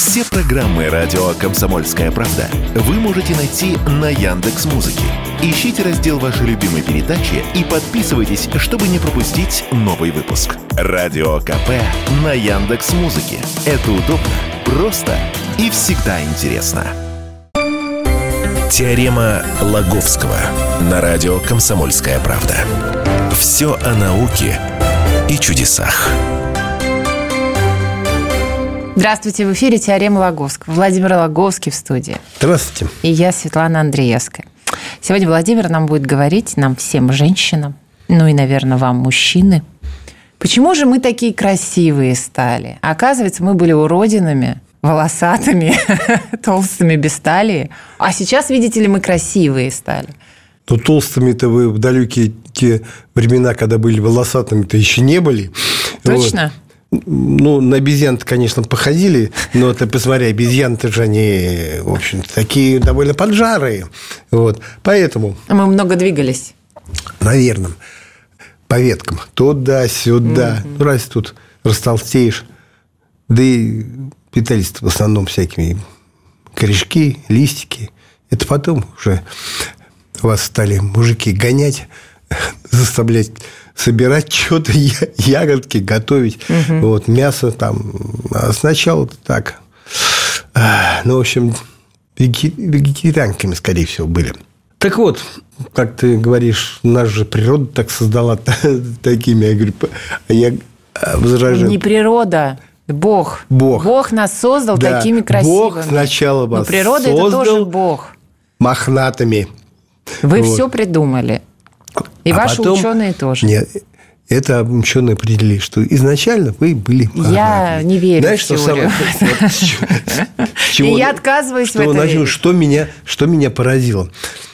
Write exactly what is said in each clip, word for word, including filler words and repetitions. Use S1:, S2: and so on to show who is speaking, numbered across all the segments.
S1: Все программы радио «Комсомольская правда» вы можете найти на Яндекс.Музыке. Ищите раздел вашей любимой передачи и подписывайтесь, чтобы не пропустить новый выпуск. Радио КП на Яндекс.Музыке. Это удобно, просто и всегда интересно. Теорема Лаговского на радио «Комсомольская правда». Все о науке и чудесах.
S2: Здравствуйте, в эфире «Теорема Лаговского». Владимир Лаговский в студии.
S3: Здравствуйте.
S2: И я, Светлана Андреевская. Сегодня Владимир нам будет говорить, нам всем женщинам, ну и, наверное, вам, мужчины, почему же мы такие красивые стали? Оказывается, мы были уродинами, волосатыми, толстыми, без талии. А сейчас, видите ли, мы красивые стали.
S3: Ну, толстыми-то вы в далекие те времена, когда были волосатыми-то еще не были.
S2: Точно?
S3: Вот. Ну, на обезьян-то, конечно, походили, но ты посмотри, обезьяны-то же они, в общем-то, такие довольно поджарые. Вот. Поэтому...
S2: Мы много двигались.
S3: Наверное. По веткам. Туда-сюда. Mm-hmm. Ну, раз тут растолстеешь. Да и питались в основном всякими корешки, листики. Это потом уже вас стали мужики гонять, заставлять собирать что-то, ягодки, готовить, угу. вот, мясо там. А сначала-то так. Ну, в общем, вегетарианками, скорее всего, были. Так вот, как ты говоришь, наша же природа так создала такими. Я говорю, я возражаю.
S2: Не природа, Бог.
S3: Бог.
S2: Бог нас создал да. такими красивыми.
S3: Бог сначала вас
S2: Но природа
S3: создал
S2: это тоже Бог.
S3: Мохнатыми.
S2: Вы
S3: вот.
S2: все придумали. И а ваши потом... ученые тоже.
S3: Нет, это ученые определили, что изначально вы были мохнатыми.
S2: Я не верю
S3: Знаешь,
S2: в теорию.
S3: И
S2: я отказываюсь в это верить.
S3: Что меня, что меня поразило?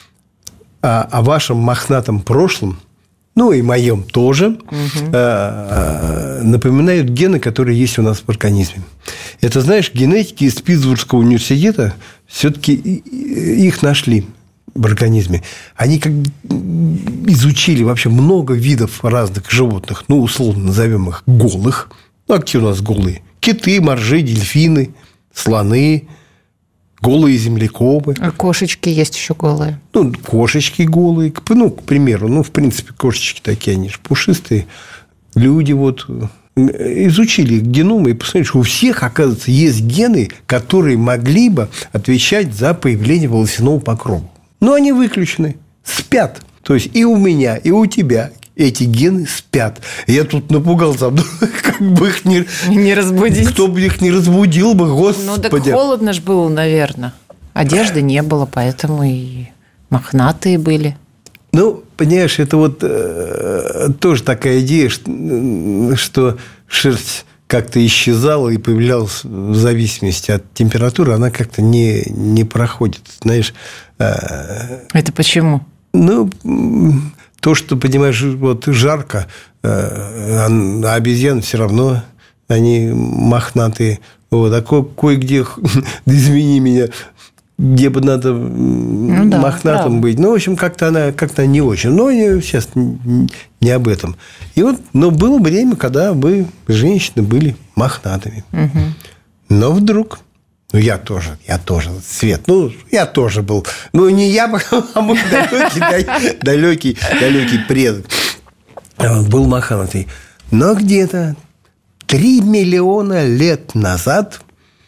S3: О, о вашем мохнатом прошлом, ну и моем тоже, угу. напоминают гены, которые есть у нас в организме. Это, знаешь, генетики из Питтсбургского университета все-таки их нашли в организме. Они как изучили вообще много видов разных животных, ну, условно назовем их голых. Ну, а какие у нас голые? Киты, моржи, дельфины, слоны, голые землекопы.
S2: А кошечки есть еще голые?
S3: Ну, кошечки голые. Ну, к примеру, ну, в принципе, кошечки такие, они же пушистые. Люди вот изучили их геномы и посмотрели, что у всех, оказывается, есть гены, которые могли бы отвечать за появление волосяного покрова. Но они выключены, спят. То есть, и у меня, и у тебя эти гены спят. Я тут напугался, как бы их не...
S2: Не разбудить.
S3: Кто бы их не разбудил бы, господи.
S2: Ну, так холодно ж было, наверное. Одежды не было, поэтому и мохнатые были.
S3: Ну, понимаешь, это вот э, тоже такая идея, что, что шерсть как-то исчезала и появлялась в зависимости от температуры, она как-то не, не проходит. Знаешь... Э,
S2: это почему?
S3: Ну, то, что, понимаешь, вот жарко, э, а обезьяны все равно, они мохнатые. Вот, а ко- кое-где, извини меня, где бы надо ну, да, мохнатым правда. Быть. Ну, в общем, как-то она как-то не очень. Но сейчас не об этом. И вот, но было время, когда вы, женщины, были мохнатыми. Угу. Но вдруг... Ну, я тоже, я тоже, Свет, ну, я тоже был. Ну, не я, а мой далекий, далекий, далекий предок был мохнатый. Но где-то три миллиона лет назад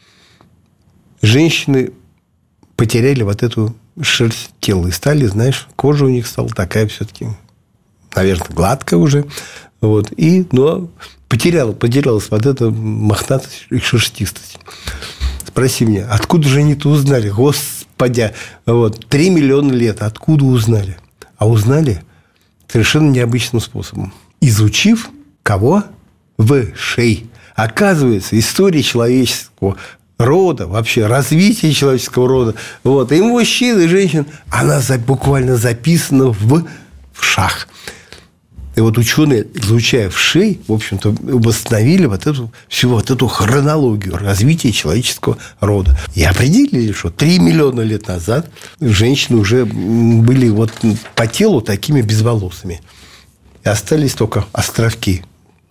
S3: женщины потеряли вот эту шерсть тела и стали, знаешь, кожа у них стала такая все-таки, наверное, гладкая уже. Вот. И, но потеряла, потерялась вот эта мохнатость и шерстистость. Спроси меня, откуда же они это узнали? Господи, вот, три миллиона лет, откуда узнали? А узнали совершенно необычным способом. Изучив кого? Вшей. Оказывается, история человеческого рода, вообще развитие человеческого рода, вот, и мужчин, и женщин, она буквально записана в вшах. И вот ученые, изучая вшей, в общем-то, восстановили вот эту, всю вот эту хронологию развития человеческого рода. И определили, что три миллиона лет назад женщины уже были вот по телу такими безволосыми. И остались только островки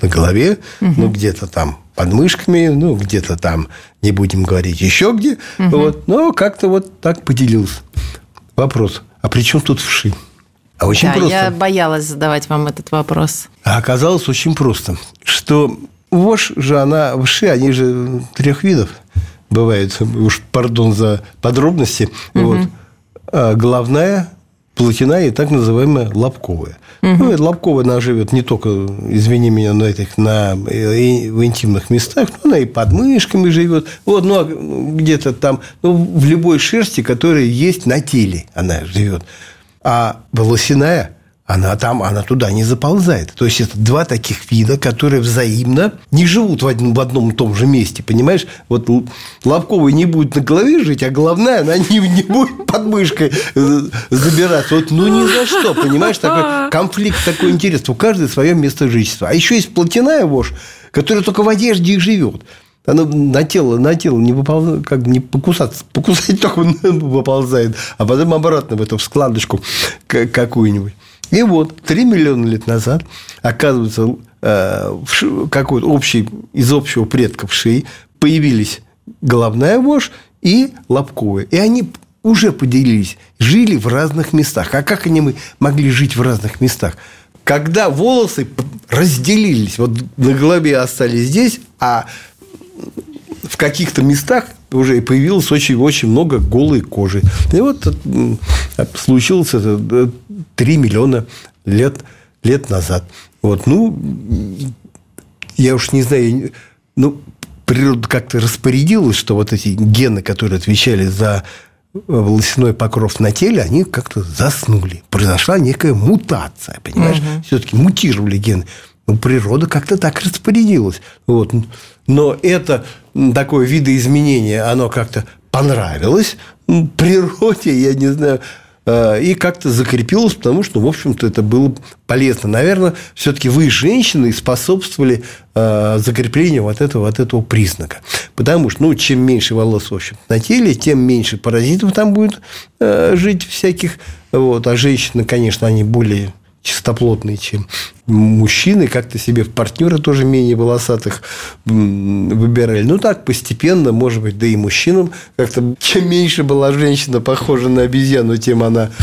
S3: на голове, угу. ну, где-то там под мышками, ну, где-то там, не будем говорить еще где. Угу. Вот. Но как-то вот так поделился. Вопрос, а при чем тут вши? А очень
S2: да,
S3: просто.
S2: Я боялась задавать вам этот вопрос.
S3: А оказалось очень просто, что вошь же, она, вши, они же трех видов бывают. Уж пардон за подробности. Угу. Вот. А головная, плотяная и так называемая лобковая. Угу. Ну, лобковая, она живет не только, извини меня, на этих, на, в интимных местах, но она и под мышками живет. Вот, ну, а где-то там, ну, в любой шерсти, которая есть на теле, она живет. А волосяная, она там, она туда не заползает. То есть, это два таких вида, которые взаимно не живут в одном, в одном и том же месте, понимаешь? Вот лобковая не будет на голове жить, а головная, она не, не будет под мышкой забираться. Вот, ну, ни за что, понимаешь? Такой конфликт такой интересный. У каждой свое место жительства. А еще есть плотяная вошь, которая только в одежде и живет. Она на тело, на тело не выползает, как не покусаться, покусать только выползает, а потом обратно в эту складочку какую-нибудь. И вот три миллиона лет назад, оказывается, какой-то общий, из общего предка вшей появились головная вошь и лобковая. И они уже поделились, жили в разных местах. А как они могли жить в разных местах? Когда волосы разделились, вот на голове остались здесь, а в каких-то местах уже появилось очень-очень много голой кожи. И вот случилось это три миллиона лет, лет назад. Вот, ну, я уж не знаю, ну, природа как-то распорядилась, что вот эти гены, которые отвечали за волосяной покров на теле, они как-то заснули. Произошла некая мутация, понимаешь? Угу. Все-таки мутировали гены. Ну, природа как-то так распорядилась. Вот. Но это такое видоизменение, оно как-то понравилось природе, я не знаю, и как-то закрепилось, потому что, в общем-то, это было полезно. Наверное, все-таки вы, женщины, способствовали закреплению вот этого, вот этого признака. Потому что, ну, чем меньше волос, в общем, на теле, тем меньше паразитов там будет жить всяких. Вот. А женщины, конечно, они более чистоплотные, чем мужчины, как-то себе в партнеры тоже менее волосатых выбирали. Ну, так, постепенно, может быть, да и мужчинам как-то, чем меньше была женщина похожа на обезьяну, тем она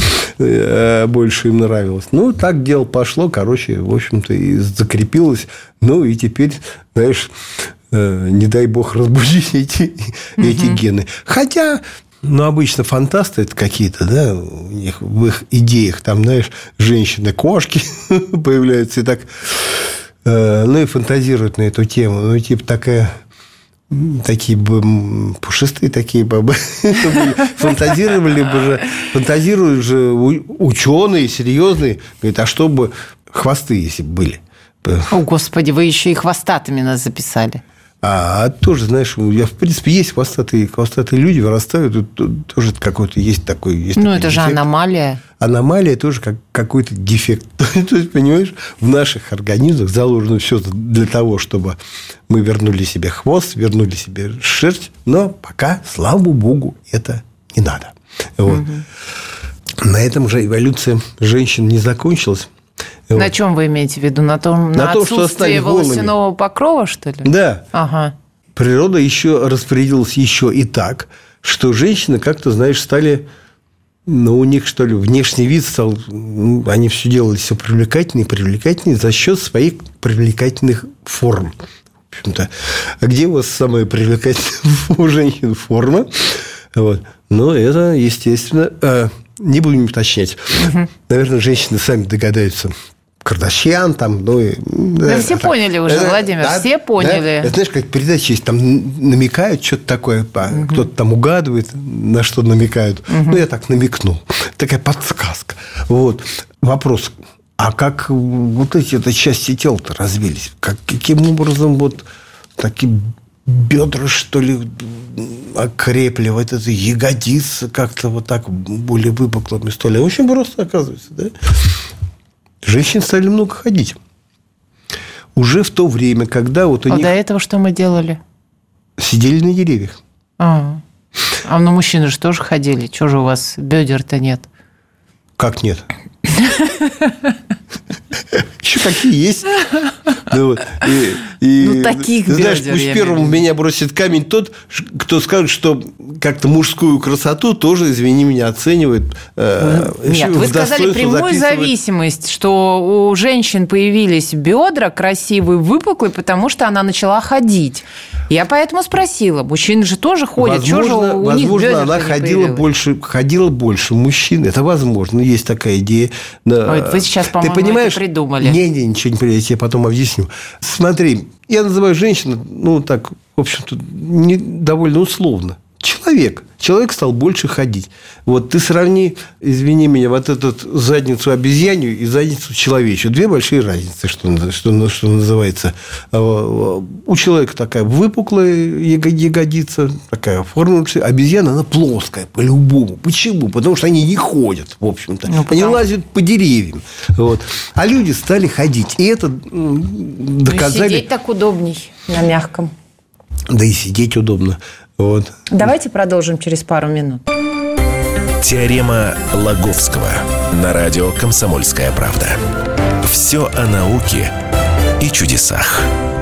S3: больше им нравилась. Ну, так дело пошло, короче, в общем-то, и закрепилось. Ну, и теперь, знаешь, не дай бог разбудить эти, угу. эти гены. Хотя... Ну, обычно фантасты это какие-то, да, у них в их идеях там, знаешь, женщины-кошки появляются и так, э, ну, и фантазируют на эту тему. Ну, типа такая, такие бы пушистые такие бабы фантазировали бы же, фантазируют же ученые, серьезные, говорят, а чтобы хвосты, если бы были.
S2: О, Господи, вы еще и хвостатыми нас записали.
S3: А, а тоже, знаешь, я, в принципе, есть хвостатые, хвостатые люди, вырастают, тут тоже какой-то есть такой... Есть
S2: ну,
S3: такой
S2: это
S3: дефект.
S2: же аномалия.
S3: Аномалия тоже как какой-то дефект. То есть, понимаешь, в наших организмах заложено все для того, чтобы мы вернули себе хвост, вернули себе шерсть, но пока, слава богу, это не надо. Вот. Угу. На этом же эволюция женщин не закончилась.
S2: На вот. Чем вы имеете в виду? На том, на, на том, отсутствие волосяного голыми. Покрова, что ли?
S3: Да.
S2: Ага.
S3: Природа еще распорядилась еще и так, что женщины как-то, знаешь, стали... Ну, у них, что ли, внешний вид стал... Они все делали все привлекательнее и привлекательнее за счет своих привлекательных форм. В общем-то. А где у вас самая привлекательная у женщин форма? Вот. Но это, естественно... Не будем уточнять. Угу. Наверное, женщины сами догадаются. Кардашьян там, ну и...
S2: Да, да все так. Поняли уже, да, Владимир, да, все поняли. Да.
S3: Это, знаешь, как передача есть, там намекают что-то такое, угу. кто-то там угадывает, на что намекают. Угу. Ну, я так намекнул. Такая подсказка. Вот. Вопрос. А как вот эти это части тела-то развились? Как, каким образом вот такие... бедра, что ли, окрепли, вот это ягодицы как-то вот так более выпуклыми стали. Очень просто, оказывается, да? Женщины стали много ходить. Уже в то время, когда вот у
S2: а
S3: них...
S2: до этого что мы делали?
S3: Сидели на деревьях.
S2: А, а ну мужчины же тоже ходили. Чего же у вас бедер-то нет?
S3: Как нет? Еще какие есть. Ну, вот. и, и,
S2: ну, таких
S3: знаешь,
S2: бедер,
S3: пусть первым в меня бросит камень тот, кто скажет, что как-то мужскую красоту тоже, извини меня, оценивает.
S2: Э, Нет, вы сказали прямую зависимость, что у женщин появились бедра красивые, выпуклые, потому что она начала ходить. Я поэтому спросила. Мужчины же тоже ходят.
S3: Возможно,
S2: Чего же у
S3: возможно
S2: них
S3: она ходила больше, ходила больше мужчин. Это возможно. Есть такая идея.
S2: Ой, вы сейчас, по-моему,
S3: Ты понимаешь,
S2: это придумали.
S3: Не-не, ничего не понимаю. Я тебе потом объясню. Смотри, я называю женщину, ну, так, в общем-то, не, довольно условно. Человек. Человек стал больше ходить. Вот ты сравни, извини меня, вот эту задницу обезьянью и задницу человечью. Две большие разницы, что, что, что называется. У человека такая выпуклая ягодица, такая форма. Обезьяна, она плоская, по-любому. Почему? Потому что они не ходят, в общем-то. Ну, потому... Они лазят по деревьям. Вот. А люди стали ходить. И это доказали...
S2: Ну, сидеть так удобней на мягком.
S3: Да и сидеть удобно. Вот.
S2: Давайте продолжим через пару минут.
S1: Теорема Лаговского на радио «Комсомольская правда». Все о науке и чудесах.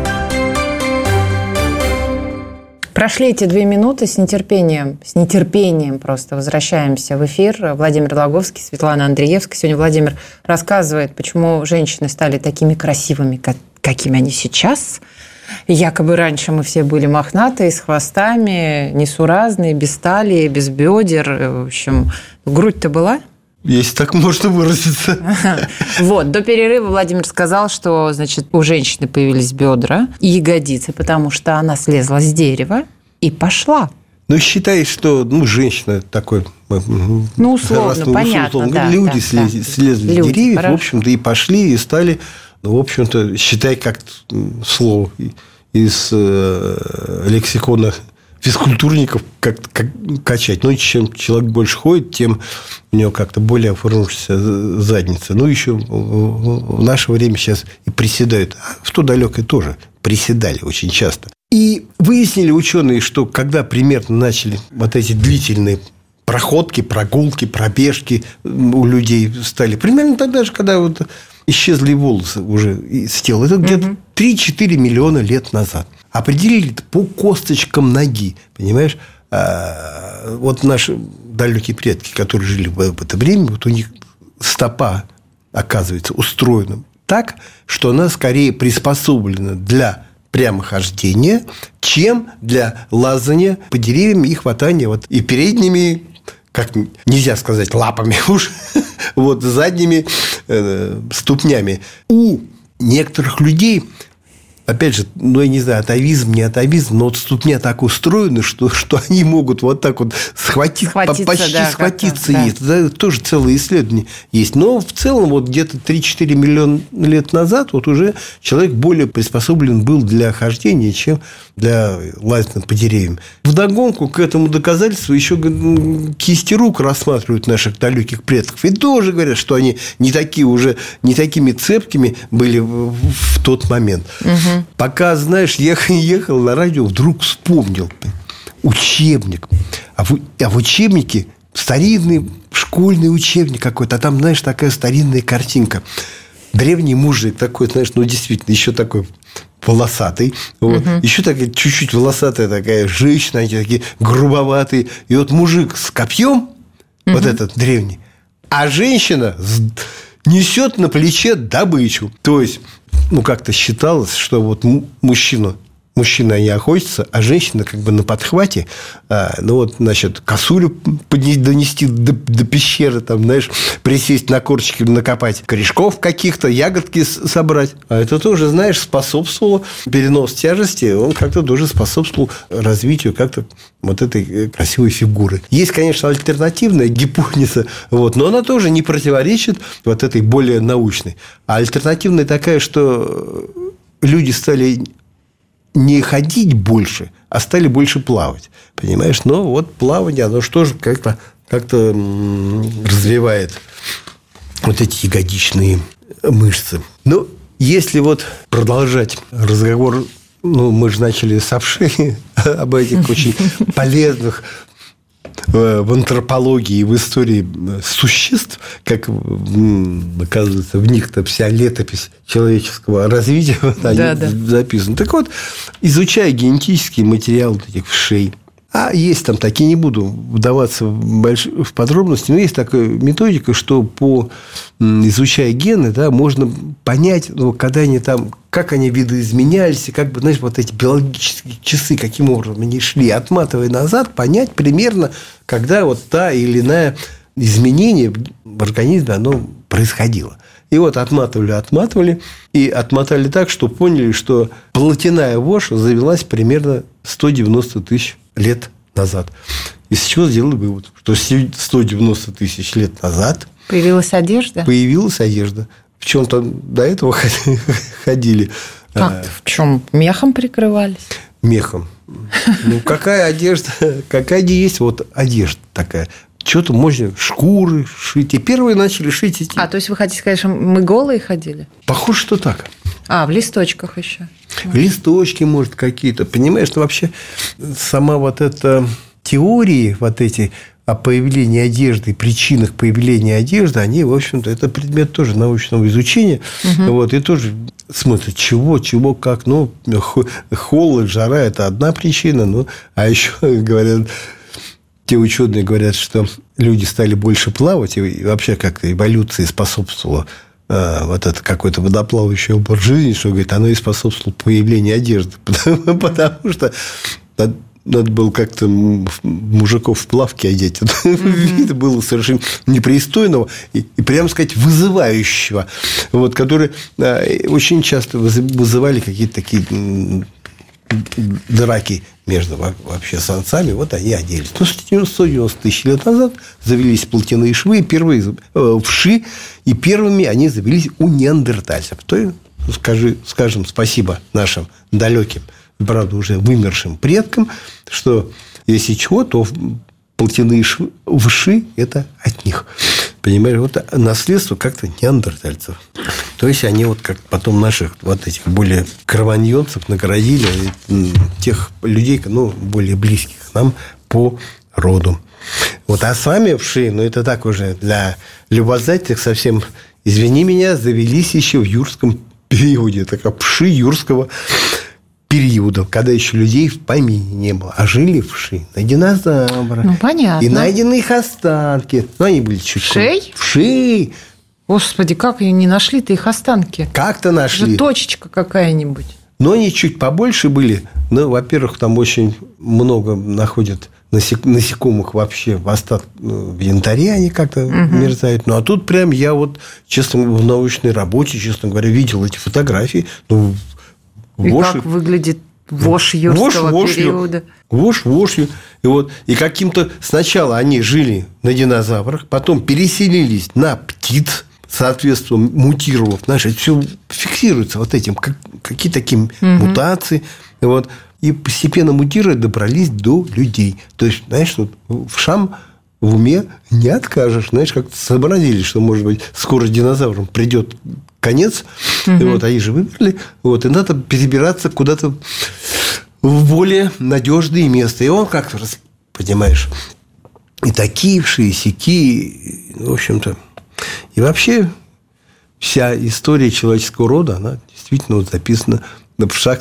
S2: Прошли эти две минуты с нетерпением, с нетерпением просто возвращаемся в эфир. Владимир Лаговский, Светлана Андреевская. Сегодня Владимир рассказывает, почему женщины стали такими красивыми, какими они сейчас. Якобы раньше мы все были мохнатые, с хвостами, несуразные, без талии, без бедер. В общем, грудь-то была?
S3: Если так можно выразиться.
S2: Вот, до перерыва Владимир сказал, что, значит, у женщины появились бедра и ягодицы, потому что она слезла с дерева и пошла.
S3: Ну, считай, что ну, женщина такой...
S2: Ну, условно, раз, понятно, условно, да.
S3: Люди
S2: да,
S3: слезли,
S2: да.
S3: слезли
S2: Люди,
S3: с деревьев,
S2: хорошо.
S3: в общем-то, и пошли, и стали... Ну, в общем-то, считай, как слово из э, лексикона физкультурников как, как качать. Ну, чем человек больше ходит, тем у него как-то более оформившаяся задница. Ну, еще в наше время сейчас и приседают. А в то далекое тоже приседали очень часто. И выяснили ученые, что когда примерно начали вот эти длительные проходки, прогулки, пробежки у людей стали, примерно тогда же, когда вот исчезли волосы уже с тела. Это где-то угу. три-четыре миллиона лет назад. Определили по косточкам ноги. Понимаешь? А, вот наши далекие предки, которые жили в это время, вот у них стопа, оказывается, устроена так, что она скорее приспособлена для прямохождения, чем для лазания по деревьям и хватания вот и передними, как нельзя сказать, лапами уж, вот задними э, ступнями. У некоторых людей, опять же, ну, я не знаю, атовизм, не атовизм, но вот ступня так устроена, что, что они могут вот так вот схватить, схватиться, почти да, схватиться. Да. Есть. Это тоже целое исследование есть. Но в целом вот где-то три-четыре миллиона лет назад вот уже человек более приспособлен был для хождения, чем для лазания по деревьям. Вдогонку к этому доказательству еще кисти рук рассматривают наших далеких предков. И тоже говорят, что они не такие уже, не такими цепкими были в, в тот момент. Угу. Пока, знаешь, ехал, ехал на радио, вдруг вспомнил учебник. А в, а в учебнике старинный школьный учебник какой-то. А там, знаешь, такая старинная картинка. Древний мужик такой, знаешь, ну, действительно, еще такой волосатый. Вот. Угу. Еще такая чуть-чуть волосатая такая женщина, они такие грубоватые. И вот мужик с копьем, угу. вот этот древний, а женщина несет на плече добычу. То есть, ну, как-то считалось, что вот мужчина, мужчина они охотятся, а женщина как бы на подхвате, а, ну, вот, значит, косулю донести до, до пещеры, там, знаешь, присесть на корточки, накопать корешков каких-то, ягодки собрать. А это тоже, знаешь, способствовало перенос тяжести, он как-то тоже способствовал развитию как-то вот этой красивой фигуры. Есть, конечно, альтернативная гипотеза, вот, но она тоже не противоречит вот этой более научной. А альтернативная такая, что люди стали не ходить больше, а стали больше плавать. Понимаешь? Но вот плавание, оно что же как-то, как-то развивает вот эти ягодичные мышцы. Ну, если вот продолжать разговор, ну, мы же начали с овшей об этих очень полезных в антропологии и в истории существ, как оказывается, в них-то вся летопись человеческого развития да, да. записана. Так вот, изучая генетический материал этих вшей, а есть там такие, не буду вдаваться в, больш... в подробности, но есть такая методика, что по изучая гены, да, можно понять, ну, когда они там, как они видоизменялись, и как бы, знаешь, вот эти биологические часы, каким образом они шли, отматывая назад, понять примерно, когда вот та или иная изменение в организме, оно происходило. И вот отматывали, отматывали, и отмотали так, что поняли, что плотяная вошь завелась примерно сто девяносто тысяч лет назад. Из чего сделали вывод, что сто девяносто тысяч лет назад
S2: появилась одежда?
S3: Появилась одежда. В чем там до этого ходили.
S2: Как? В чем? Мехом прикрывались?
S3: Мехом. Ну, какая одежда? Какая есть вот одежда такая? Что-то можно шкуры шить. И первые начали шить эти...
S2: А, то есть вы хотите сказать, что мы голые ходили?
S3: Похоже, что так.
S2: А, в листочках еще.
S3: Листочки, может, какие-то. Понимаешь, что вообще сама вот эта теории вот эти о появлении одежды, причинах появления одежды, они, в общем-то, это предмет тоже научного изучения. Угу. Вот, и тоже смотрят, чего, чего, как. Ну, холод, жара – это одна причина. Ну, а еще, говорят, те ученые говорят, что люди стали больше плавать, и вообще как-то эволюции способствовала вот это какой-то водоплавающий образ жизни, что, говорит, оно и способствовало появлению одежды. Потому, потому что надо, надо было как-то мужиков в плавки одеть. Mm-hmm. Это было совершенно непристойного и, и, прямо сказать, вызывающего. Вот, которые очень часто вызывали какие-то такие драки между вообще самцами. Вот они оделись. Ну, сто девяносто тысяч лет назад завелись плотяные швы, первые э, вши, и первыми они завелись у неандертальцев. То есть, скажи, скажем спасибо нашим далеким, правда, уже вымершим предкам, что если чего, то плотяные швы, вши – это от них. Понимаешь, вот наследство как-то неандертальцев. То есть, они вот как потом наших вот этих более кроманьонцев наградили, тех людей, ну, более близких нам по роду. Вот, а сами вши, ну, это так уже для любознательных совсем, извини меня, завелись еще в юрском периоде. Это как вши юрского периода, когда еще людей в помине не было, а жили вши на динозаврах.
S2: Ну, понятно.
S3: И найдены их останки. Ну, они были чуть...
S2: Вшей?
S3: Вши.
S2: Господи, как ее не нашли-то их останки?
S3: Как-то нашли.
S2: Же точечка какая-нибудь.
S3: Но они чуть побольше были. Ну, во-первых, там очень много находят насекомых вообще в остатках, в янтаре они как-то угу. мерзают. Ну, а тут прям я вот, честно, в научной работе, честно говоря, видел эти фотографии. Ну,
S2: и вошь... как выглядит вошь юрского вошь, периода?
S3: Вошь вошью. И, вот, и каким-то... Сначала они жили на динозаврах, потом переселились на птиц, соответственно, мутировав. Значит, все фиксируется вот этим. Как, какие такие угу. мутации. И, вот, и постепенно мутируя добрались до людей. То есть, знаешь, вот вшам в уме не откажешь. Знаешь, как-то сообразили, что, может быть, скоро динозаврам придет конец. Угу. И вот они же вымерли. Вот, и надо перебираться куда-то в более надежные места. И он как-то, понимаешь, и такие вши, и сякие, в общем-то. И вообще вся история человеческого рода, она действительно вот записана в вшах.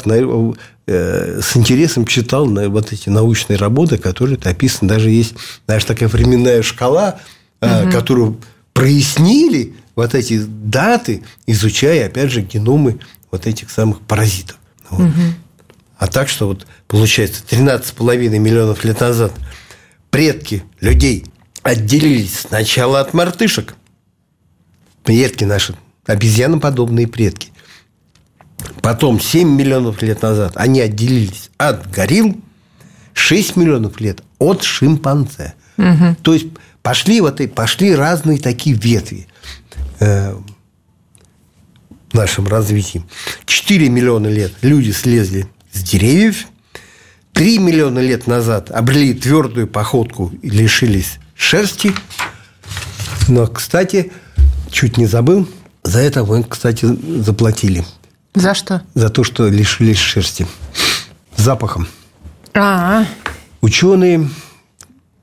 S3: С интересом читал на вот эти научные работы, которые описаны. Даже есть, знаешь, такая временная шкала, угу. которую прояснили вот эти даты, изучая, опять же, геномы вот этих самых паразитов. Вот. Угу. А так, что вот получается тринадцать с половиной миллионов лет назад предки людей отделились сначала от мартышек, предки наши, обезьяноподобные предки. Потом семь миллионов лет назад они отделились от горилл, шесть миллионов лет от шимпанзе. Угу. То есть пошли, вот, пошли разные такие ветви э, в нашем развитии. четыре миллиона лет люди слезли с деревьев. три миллиона лет назад обрели твердую походку и лишились шерсти. Но, кстати, чуть не забыл, за это мы, кстати, заплатили.
S2: За что?
S3: За то, что лишились шерсти. Запахом.
S2: А-а-а.
S3: Ученые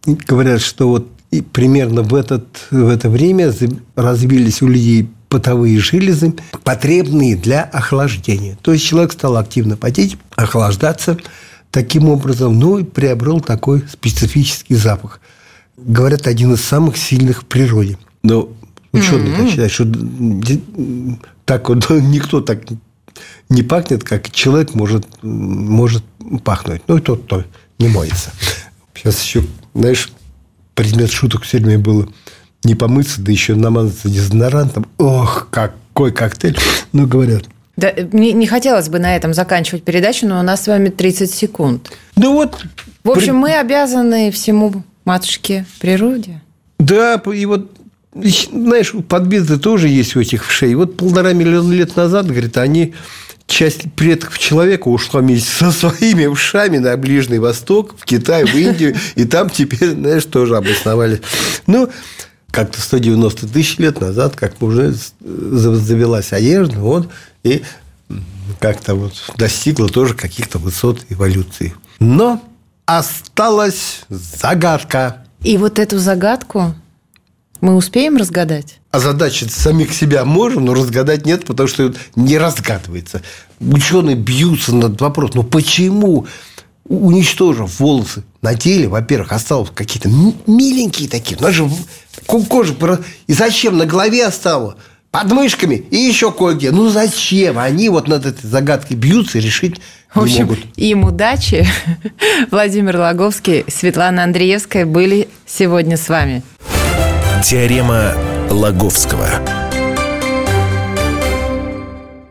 S3: говорят, что вот и примерно в, этот, в это время развились у людей потовые железы, потребные для охлаждения. То есть человек стал активно потеть, охлаждаться таким образом, ну и приобрел такой специфический запах. Говорят, один из самых сильных в природе. Но ученые mm-hmm. считают, что так вот никто так не пахнет, как человек может, может пахнуть. Ну и тот, кто не моется. Сейчас еще, знаешь, предмет шуток все время было не помыться, да еще намазаться дезодорантом. Ох, какой коктейль. Ну, говорят.
S2: Да, не, не хотелось бы на этом заканчивать передачу, но у нас с вами тридцать секунд.
S3: Ну вот.
S2: В общем, мы обязаны всему матушке природе.
S3: Да, и вот, знаешь, подбеды тоже есть у этих вшей. Вот полтора миллиона лет назад, говорит, они... Часть предков человека ушла вместе со своими ушами на Ближний Восток, в Китай, в Индию, и там теперь, знаешь, тоже обосновались. Ну, как-то сто девяносто тысяч лет назад, как уже завелась одежда, вот, и как-то вот достигла тоже каких-то высот эволюции. Но осталась загадка.
S2: И вот эту загадку мы успеем разгадать?
S3: Озадачить самих себя можем, но разгадать нет, потому что не разгадывается. Ученые бьются над вопросом, ну почему, уничтожив волосы на теле, во-первых, осталось какие-то миленькие такие, ну же кожа, и зачем на голове осталось, под мышками и еще кое-где. Ну зачем? Они вот над этой загадкой бьются и решить
S2: в общем,
S3: не могут.
S2: Им удачи. Владимир Логовский, Светлана Андреевская были сегодня с вами.
S1: Теорема Логовского.